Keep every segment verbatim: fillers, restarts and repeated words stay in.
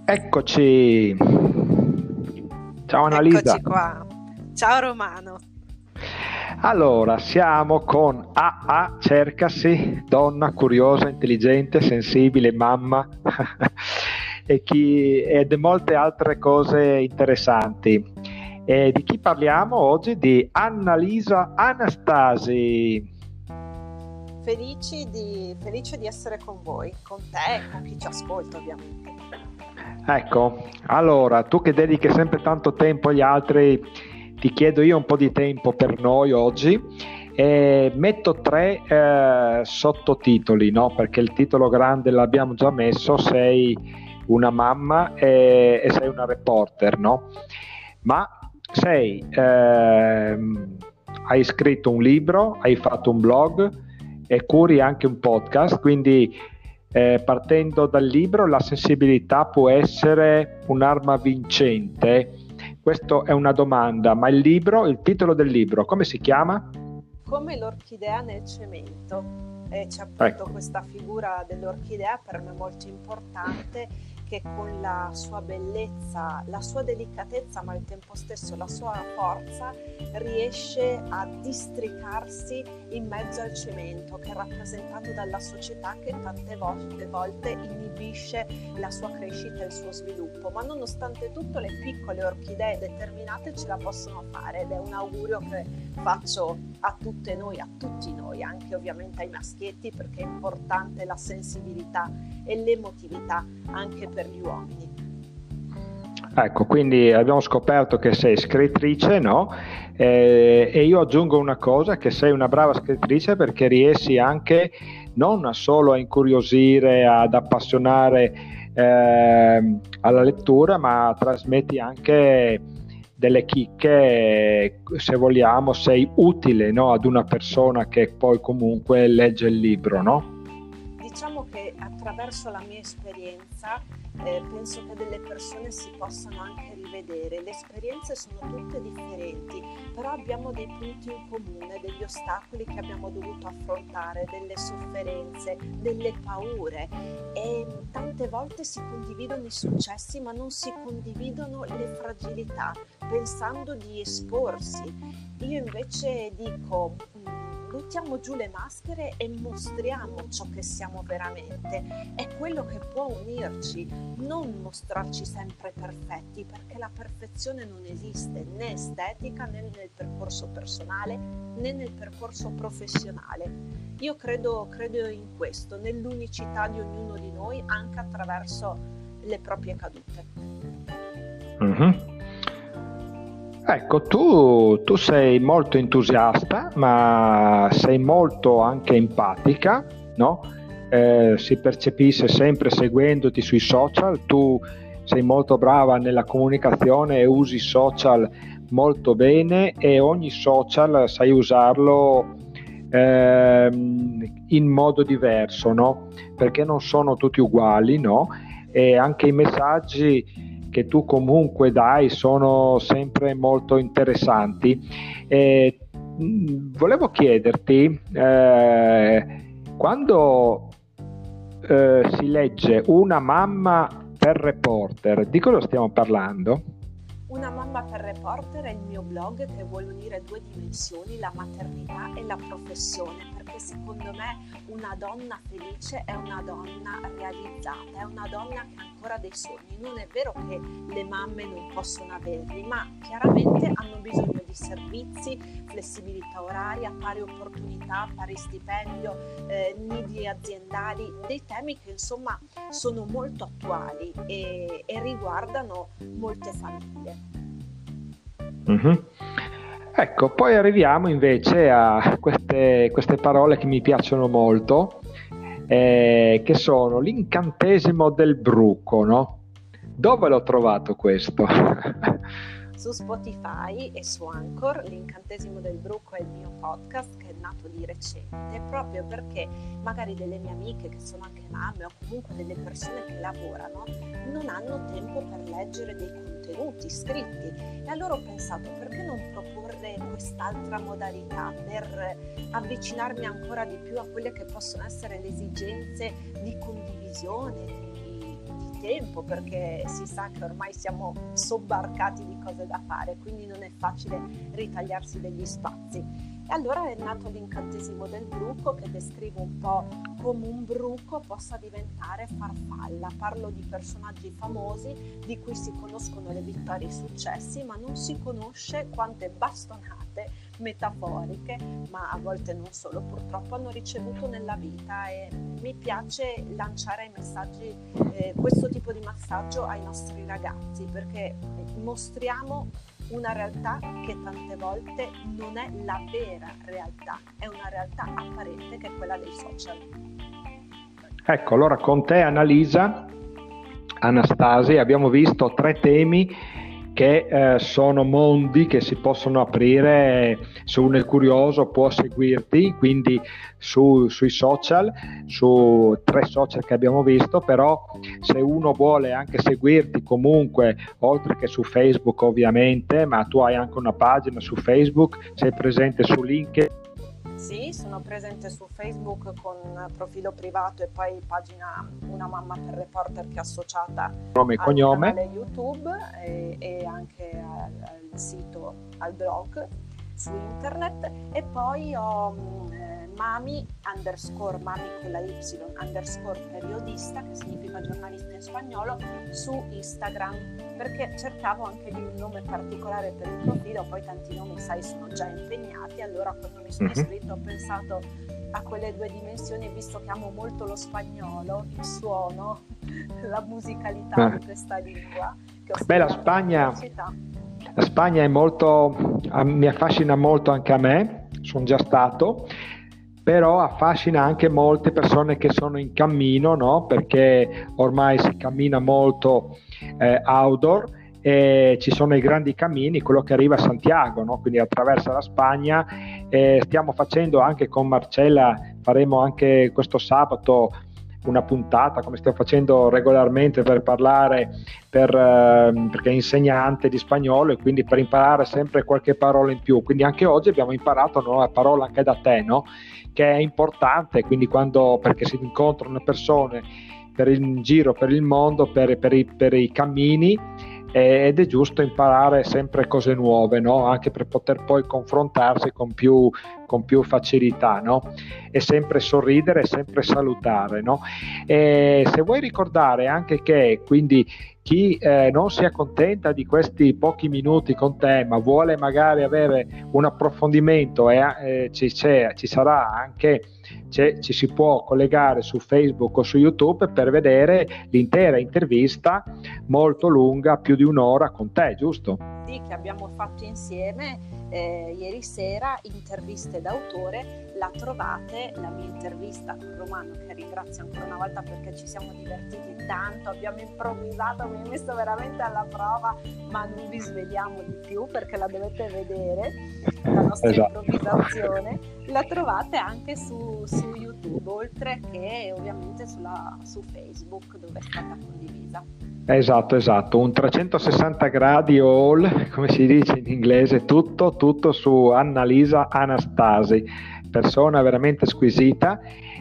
Eccoci. Ciao Annalisa. Eccoci qua. Ciao Romano. Allora, siamo con A A, cercasi, donna curiosa, intelligente, sensibile, mamma e chi, ed molte altre cose interessanti. E di chi parliamo oggi? Di Annalisa Anastasi. Felici di, felice di essere con voi, con te e con chi ci ascolta ovviamente. Ecco, allora, tu che dedichi sempre tanto tempo agli altri, ti chiedo io un po' di tempo per noi oggi e metto tre eh, sottotitoli, no? Perché il titolo grande l'abbiamo già messo, sei una mamma e, e sei una reporter, no? Ma sei, ehm, hai scritto un libro, hai fatto un blog e curi anche un podcast, quindi eh, partendo dal libro, la sensibilità può essere un'arma vincente. Questa è una domanda, ma il libro, il titolo del libro, come si chiama? Come l'orchidea nel cemento. E c'è appunto Ecco. questa figura dell'orchidea per me molto importante, che con la sua bellezza, la sua delicatezza, ma al tempo stesso la sua forza, riesce a districarsi in mezzo al cemento, che è rappresentato dalla società, che tante volte, volte inibisce la sua crescita e il suo sviluppo. Ma nonostante tutto le piccole orchidee determinate ce la possono fare, ed è un augurio che faccio a tutte noi, a tutti noi, anche ovviamente ai maschietti, perché è importante la sensibilità e l'emotività anche per gli uomini. Ecco, quindi abbiamo scoperto che sei scrittrice, no? Eh, e io aggiungo una cosa, che sei una brava scrittrice perché riesci anche non solo a incuriosire, ad appassionare eh, alla lettura, ma trasmetti anche delle chicche, se vogliamo, sei utile, no? Ad una persona che poi comunque legge il libro, no? Diciamo che attraverso la mia esperienza eh, penso che delle persone si possano anche rivedere. Le esperienze sono tutte differenti, però abbiamo dei punti in comune, degli ostacoli che abbiamo dovuto affrontare, delle sofferenze, delle paure, e tante volte si condividono i successi ma non si condividono le fragilità, pensando di esporsi. Io invece dico: buttiamo giù le maschere e mostriamo ciò che siamo veramente. È quello che può unirci, non mostrarci sempre perfetti, perché la perfezione non esiste né estetica, né nel percorso personale, né nel percorso professionale. Io credo, credo in questo, nell'unicità di ognuno di noi, anche attraverso le proprie cadute. Mm-hmm. Ecco, tu, tu sei molto entusiasta, ma sei molto anche empatica, no? Eh, si percepisce sempre seguendoti sui social, tu sei molto brava nella comunicazione e usi i social molto bene, e ogni social sai usarlo eh, in modo diverso, no? Perché non sono tutti uguali, no? E anche i messaggi che tu comunque dai sono sempre molto interessanti. E, mh, volevo chiederti, eh, quando eh, si legge Una mamma per reporter, di cosa stiamo parlando? Una mamma per reporter è il mio blog che vuole unire due dimensioni, la maternità e la professione, perché secondo me una donna felice è una donna realizzata, è una donna che ha ancora dei sogni. Non è vero che le mamme non possono averli, ma chiaramente hanno bisogno di servizi, flessibilità oraria, pari opportunità, pari stipendio, eh, nidi aziendali, dei temi che insomma sono molto attuali e, e riguardano molte famiglie. Mm-hmm. Ecco, poi arriviamo invece a queste, queste parole che mi piacciono molto, eh, che sono l'incantesimo del bruco, no? Dove l'ho trovato questo? Su Spotify e su Anchor. L'Incantesimo del Bruco è il mio podcast che è nato di recente, proprio perché magari delle mie amiche che sono anche mamme, o comunque delle persone che lavorano, non hanno tempo per leggere dei contenuti scritti, e allora ho pensato: perché non proporre quest'altra modalità per avvicinarmi ancora di più a quelle che possono essere le esigenze di condivisione, di tempo, perché si sa che ormai siamo sobbarcati di cose da fare, quindi non è facile ritagliarsi degli spazi. E allora è nato l'incantesimo del bruco, che descrivo un po' come un bruco possa diventare farfalla. Parlo di personaggi famosi di cui si conoscono le vittorie e i successi, ma non si conosce quante bastonate metaforiche, ma a volte non solo, purtroppo hanno ricevuto nella vita. E mi piace lanciare ai messaggi eh, questo tipo di messaggio ai nostri ragazzi, perché mostriamo una realtà che tante volte non è la vera realtà, è una realtà apparente che è quella dei social. Ecco, allora con te Annalisa, Anastasi, abbiamo visto tre temi che eh, sono mondi che si possono aprire. Se uno è curioso può seguirti, quindi su, sui social, su tre social che abbiamo visto, però se uno vuole anche seguirti comunque, oltre che su Facebook ovviamente, ma tu hai anche una pagina su Facebook, sei presente su LinkedIn? Sì, sono presente su Facebook con profilo privato e poi pagina Una Mamma per Reporter, che è associata nome e al cognome, canale YouTube e, e anche al, al sito, al blog su internet. E poi ho eh, Mami underscore Mami con la Y underscore periodista, che significa giornalista in spagnolo, su Instagram, perché cercavo anche di un nome particolare per il profilo. Poi tanti nomi, sai, sono già impegnati. Allora quando mi sono iscritta mm-hmm. ho pensato a quelle due dimensioni, visto che amo molto lo spagnolo, il suono, la musicalità eh. di questa lingua. Che ho Beh, la Spagna, la Spagna è molto, mi affascina molto anche a me, sono già stato, però affascina anche molte persone che sono in cammino, no? Perché ormai si cammina molto eh, outdoor e ci sono i grandi cammini, quello che arriva a Santiago, no? Quindi attraversa la Spagna. E stiamo facendo anche con Marcella, faremo anche questo sabato una puntata, come stiamo facendo regolarmente, per parlare, per, eh, perché è insegnante di spagnolo e quindi per imparare sempre qualche parola in più. Quindi anche oggi abbiamo imparato una nuova parola anche da te, no? Che è importante, quindi quando, perché si incontrano persone per il in giro per il mondo, per, per, i, per i cammini, eh, ed è giusto imparare sempre cose nuove, no? Anche per poter poi confrontarsi con più, con più facilità, no? E sempre sorridere, sempre salutare, no? E se vuoi ricordare anche che quindi chi eh, non si accontenta di questi pochi minuti con te, ma vuole magari avere un approfondimento, e eh, ci, c'è, ci sarà anche, c'è, ci si può collegare su Facebook o su YouTube per vedere l'intera intervista molto lunga, più di un'ora con te, giusto? Sì, che abbiamo fatto insieme eh, ieri sera, interviste d'autore. La trovate, la mia intervista con Romano, che ringrazio ancora una volta perché ci siamo divertiti tanto, abbiamo improvvisato, mi ho messo veramente alla prova, ma non vi sveliamo di più perché la dovete vedere, la nostra esatto. improvvisazione. La trovate anche su, su YouTube, oltre che ovviamente sulla, su Facebook, dove è stata condivisa. Esatto, esatto, un trecentosessanta gradi all, come si dice in inglese, tutto, tutto su Annalisa Anastasi, persona veramente squisita,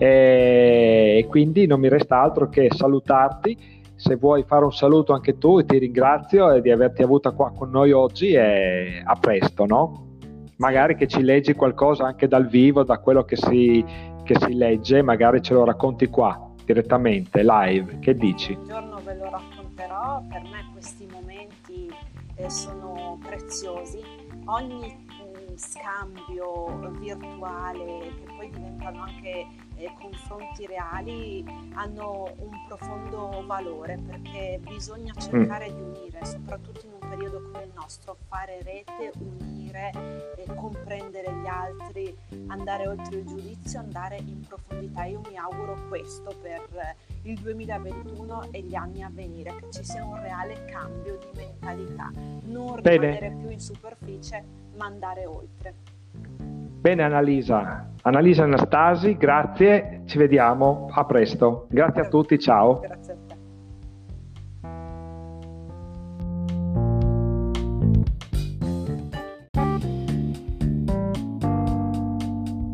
e quindi non mi resta altro che salutarti. Se vuoi fare un saluto anche tu, ti ringrazio di averti avuta qua con noi oggi, e a presto, no? Magari che ci leggi qualcosa anche dal vivo, da quello che si, che si legge, magari ce lo racconti qua direttamente, live, che dici? Un giorno ve lo racconterò. Per me questi momenti eh, sono preziosi. Ogni eh, scambio virtuale, che poi diventano anche eh, confronti reali, hanno un profondo valore, perché bisogna cercare mm. di unire, soprattutto in un periodo come il nostro, fare rete, unire, e comprendere gli altri, andare oltre il giudizio, andare in profondità. Io mi auguro questo per il duemilaventuno e gli anni a venire, che ci sia un reale cambio di mentalità, non rimanere Bene. più in superficie, ma andare oltre. Bene Annalisa, Annalisa Anastasi, grazie, ci vediamo, a presto, grazie a tutti, ciao. Grazie a te.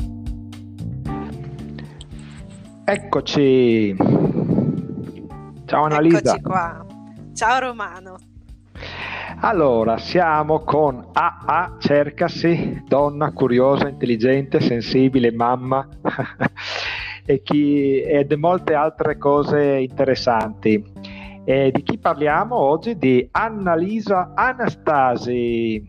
Eccoci, Ciao Annalisa. Eccoci qua. Ciao Romano. Allora, siamo con A A Cercasi, donna curiosa, intelligente, sensibile, mamma e, chi, e di molte altre cose interessanti. E di chi parliamo oggi? Di Annalisa Anastasi.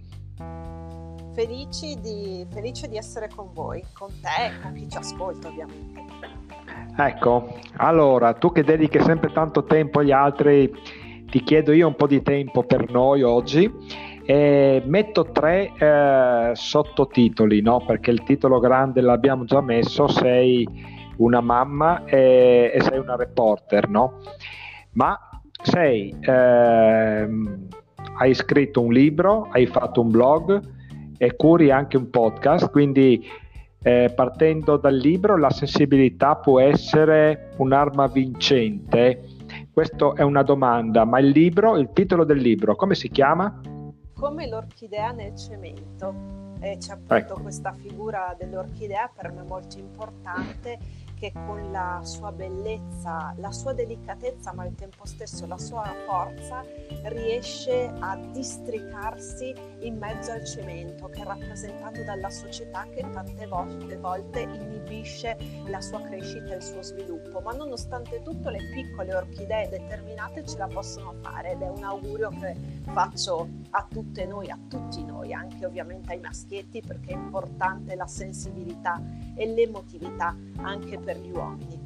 Felici di, felice di essere con voi, con te e con chi ci ascolta ovviamente. Ecco, allora, tu che dedichi sempre tanto tempo agli altri, ti chiedo io un po' di tempo per noi oggi e metto tre eh, sottotitoli, no? Perché il titolo grande l'abbiamo già messo, sei una mamma e, e sei una reporter, no? Ma sei, ehm, hai scritto un libro, hai fatto un blog e curi anche un podcast, quindi eh, partendo dal libro la sensibilità può essere un'arma vincente. Questa è una domanda, ma il libro, il titolo del libro, come si chiama? Come l'orchidea nel cemento. E c'è appunto Ecco. Questa figura dell'orchidea per me molto importante, che con la sua bellezza, la sua delicatezza, ma al tempo stesso la sua forza, riesce a districarsi in mezzo al cemento, che è rappresentato dalla società, che tante volte, volte inibisce la sua crescita e il suo sviluppo. Ma nonostante tutto le piccole orchidee determinate ce la possono fare, ed è un augurio che faccio a tutte noi, a tutti noi, anche ovviamente ai maschietti, perché è importante la sensibilità e l'emotività anche per gli uomini.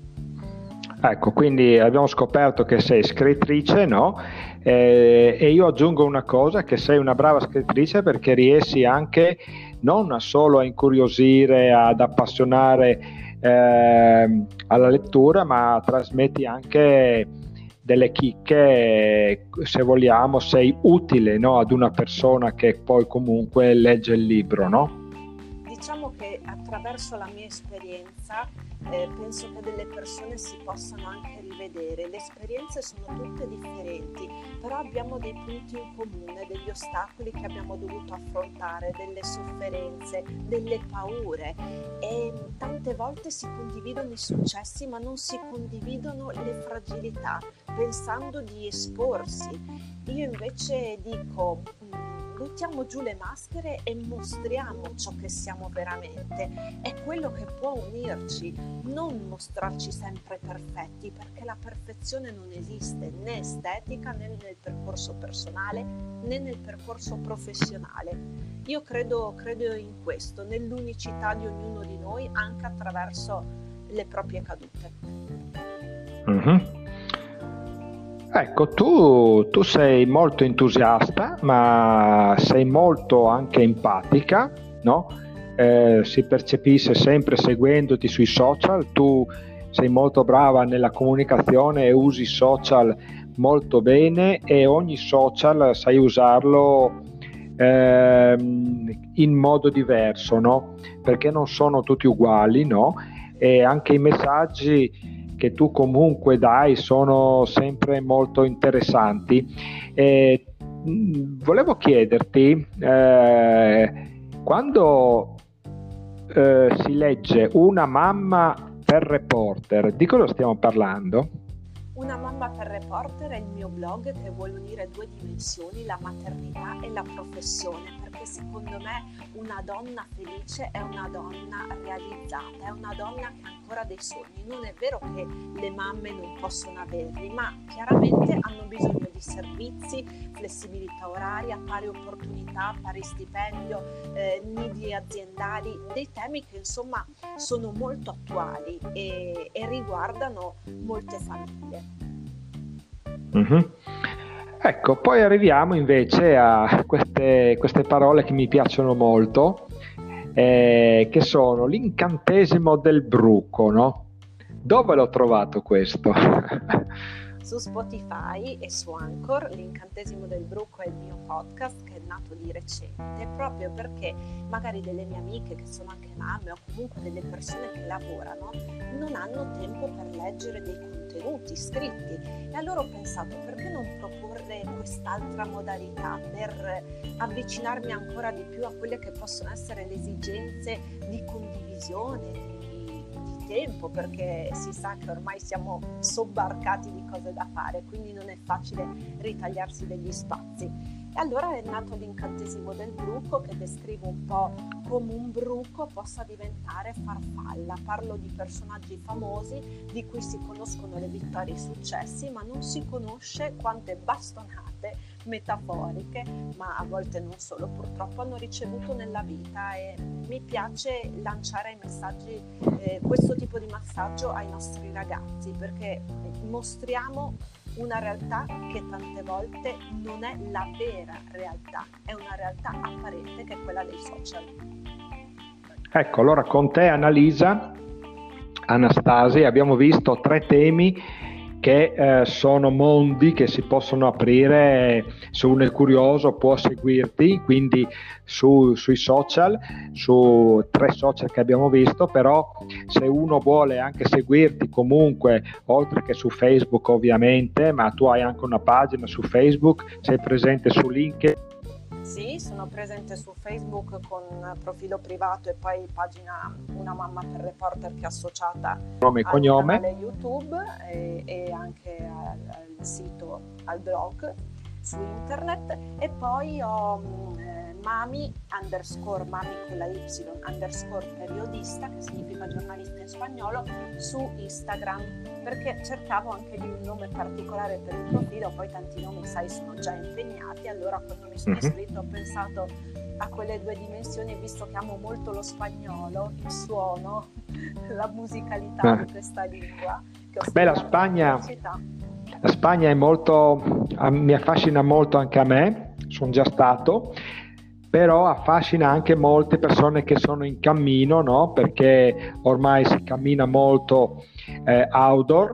Ecco, quindi abbiamo scoperto che sei scrittrice, no? Eh, e io aggiungo una cosa, che sei una brava scrittrice perché riesci anche non solo a incuriosire, ad appassionare eh, alla lettura, ma trasmetti anche delle chicche, se vogliamo, sei utile, no? Ad una persona che poi comunque legge il libro, no? Diciamo che attraverso la mia esperienza eh, penso che delle persone si possano anche rivedere. Le esperienze sono tutte differenti, però abbiamo dei punti in comune, degli ostacoli che abbiamo dovuto affrontare, delle sofferenze, delle paure, e tante volte si condividono i successi ma non si condividono le fragilità, pensando di esporsi. Io invece dico: buttiamo giù le maschere e mostriamo ciò che siamo veramente. È quello che può unirci, non mostrarci sempre perfetti, perché la perfezione non esiste né estetica, né nel percorso personale, né nel percorso professionale. Io credo, credo in questo, nell'unicità di ognuno di noi, anche attraverso le proprie cadute. Mm-hmm. Ecco, tu, tu sei molto entusiasta, ma sei molto anche empatica, no? Eh, si percepisce sempre seguendoti sui social, tu sei molto brava nella comunicazione e usi social molto bene, e ogni social sai usarlo eh, in modo diverso, no? Perché non sono tutti uguali, no? E anche i messaggi che tu comunque dai sono sempre molto interessanti. E, mh, volevo chiederti, eh, quando eh, si legge Una mamma per reporter, di cosa stiamo parlando? Una mamma per reporter è il mio blog che vuole unire due dimensioni, la maternità e la professione, perché secondo me una donna felice è una donna realizzata, è una donna che ha ancora dei sogni. Non è vero che le mamme non possono averli, ma chiaramente hanno bisogno di servizi, flessibilità oraria, pari opportunità, pari stipendio, eh, nidi aziendali, dei temi che insomma sono molto attuali e, e riguardano molte famiglie. Mm-hmm. Ecco, poi arriviamo invece a queste, queste parole che mi piacciono molto, eh, che sono l'incantesimo del bruco, no? Dove l'ho trovato questo? Su Spotify e su Anchor. L'incantesimo del bruco è il mio podcast che è nato di recente, proprio perché magari delle mie amiche che sono anche mamme o comunque delle persone che lavorano non hanno tempo per leggere dei contenuti scritti, e allora ho pensato: perché non proporre quest'altra modalità per avvicinarmi ancora di più a quelle che possono essere le esigenze di condivisione, di, di tempo, perché si sa che ormai siamo sobbarcati di cose da fare, quindi non è facile ritagliarsi degli spazi. E allora è nato l'incantesimo del bruco, che descrivo un po' come un bruco possa diventare farfalla. Parlo di personaggi famosi di cui si conoscono le vittorie e i successi, ma non si conosce quante bastonate metaforiche, ma a volte non solo, purtroppo hanno ricevuto nella vita. E mi piace lanciare i messaggi, eh, questo tipo di messaggio ai nostri ragazzi, perché mostriamo una realtà che tante volte non è la vera realtà, è una realtà apparente che è quella dei social. Ecco, allora con te Annalisa, Anastasi, abbiamo visto tre temi che eh, sono mondi che si possono aprire se uno è curioso, può seguirti, quindi su, sui social, su tre social che abbiamo visto, però se uno vuole anche seguirti comunque, oltre che su Facebook ovviamente, ma tu hai anche una pagina su Facebook, sei presente su LinkedIn. Sì, sono presente su Facebook con profilo privato e poi pagina Una mamma per reporter, che è associata nome e al cognome. canale YouTube e, e anche al, al sito, al blog su internet. E poi ho eh, mami underscore mami con la y underscore periodista, che significa giornalista in spagnolo, su Instagram, perché cercavo anche di un nome particolare per il profilo. Poi tanti nomi, sai, sono già impegnati. Allora quando mi sono iscritto ho pensato a quelle due dimensioni, visto che amo molto lo spagnolo, il suono, la musicalità di questa lingua, che ho Beh, la Spagna, all'università. la Spagna è molto, mi affascina molto anche a me, sono già stato, però affascina anche molte persone che sono in cammino, no? Perché ormai si cammina molto eh, outdoor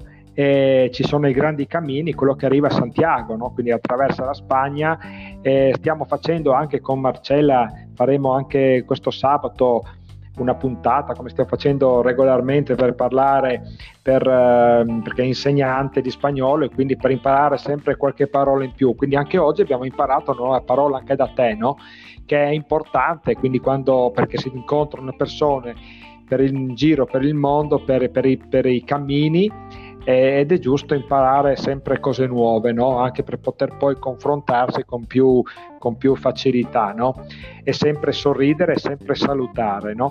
e ci sono i grandi cammini, quello che arriva a Santiago, no? Quindi attraversa la Spagna. E stiamo facendo anche con Marcella, faremo anche questo sabato una puntata, come stiamo facendo regolarmente, per parlare, per, eh, perché è insegnante di spagnolo e quindi per imparare sempre qualche parola in più. Quindi anche oggi abbiamo imparato una nuova parola anche da te, no? Che è importante, quindi quando, perché si incontrano persone per il in giro per il mondo, per, per, i, per i cammini, eh, ed è giusto imparare sempre cose nuove, no? Anche per poter poi confrontarsi con più, con più facilità, no? E sempre sorridere e sempre salutare, no?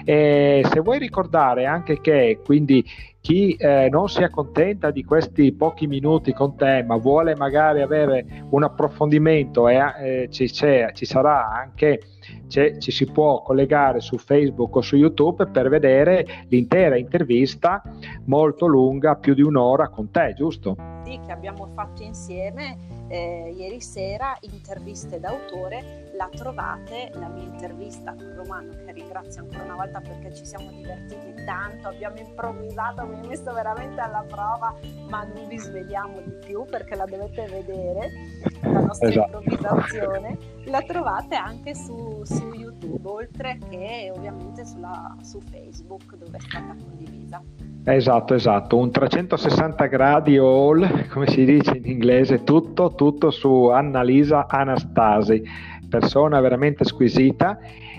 E se vuoi ricordare anche che quindi chi eh, non si accontenta di questi pochi minuti con te, ma vuole magari avere un approfondimento, e eh, ci, c'è, ci sarà anche, c'è, ci si può collegare su Facebook o su YouTube per vedere l'intera intervista molto lunga, più di un'ora con te, giusto? Sì, che abbiamo fatto insieme eh, ieri sera, interviste d'autore. La trovate, la mia intervista con Romano, che ringrazio ancora una volta perché ci siamo divertiti tanto, abbiamo improvvisato, mi ha messo veramente alla prova, ma non vi svegliamo di più perché la dovete vedere, la nostra esatto. improvvisazione. La trovate anche su, su YouTube, oltre che ovviamente sulla, su Facebook, dove è stata condivisa. Esatto, esatto, un trecentosessanta gradi all, come si dice in inglese, tutto, tutto su Annalisa Anastasi, persona veramente squisita,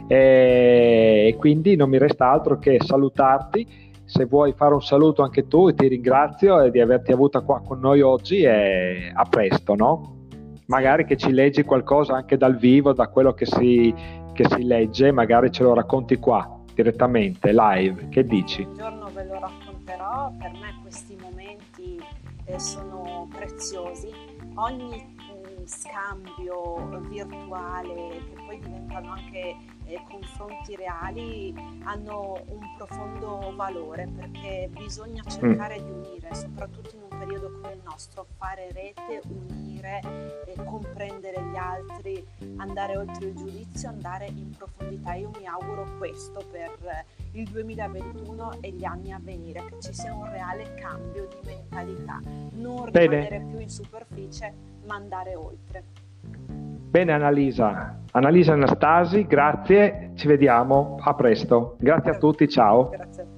e quindi non mi resta altro che salutarti. Se vuoi fare un saluto anche tu, ti ringrazio di averti avuta qua con noi oggi, e a presto, no? Magari che ci leggi qualcosa anche dal vivo, da quello che si, che si legge, magari ce lo racconti qua direttamente, live, che dici? Un giorno ve lo racconterò. Per me questi momenti eh, sono preziosi. Ogni eh, scambio virtuale, che poi diventano anche eh, confronti reali, hanno un profondo valore, perché bisogna cercare mm. di unire, soprattutto in un periodo come il nostro, fare rete, unire, eh, comprendere gli altri, andare oltre il giudizio, andare in profondità. Io mi auguro questo per il duemilaventuno e gli anni a venire, che ci sia un reale cambio di mentalità, non rimanere Bene. più in superficie, ma andare oltre. Bene Annalisa, Annalisa Anastasi, grazie, ci vediamo, a presto, grazie a tutti, ciao. Grazie a tutti.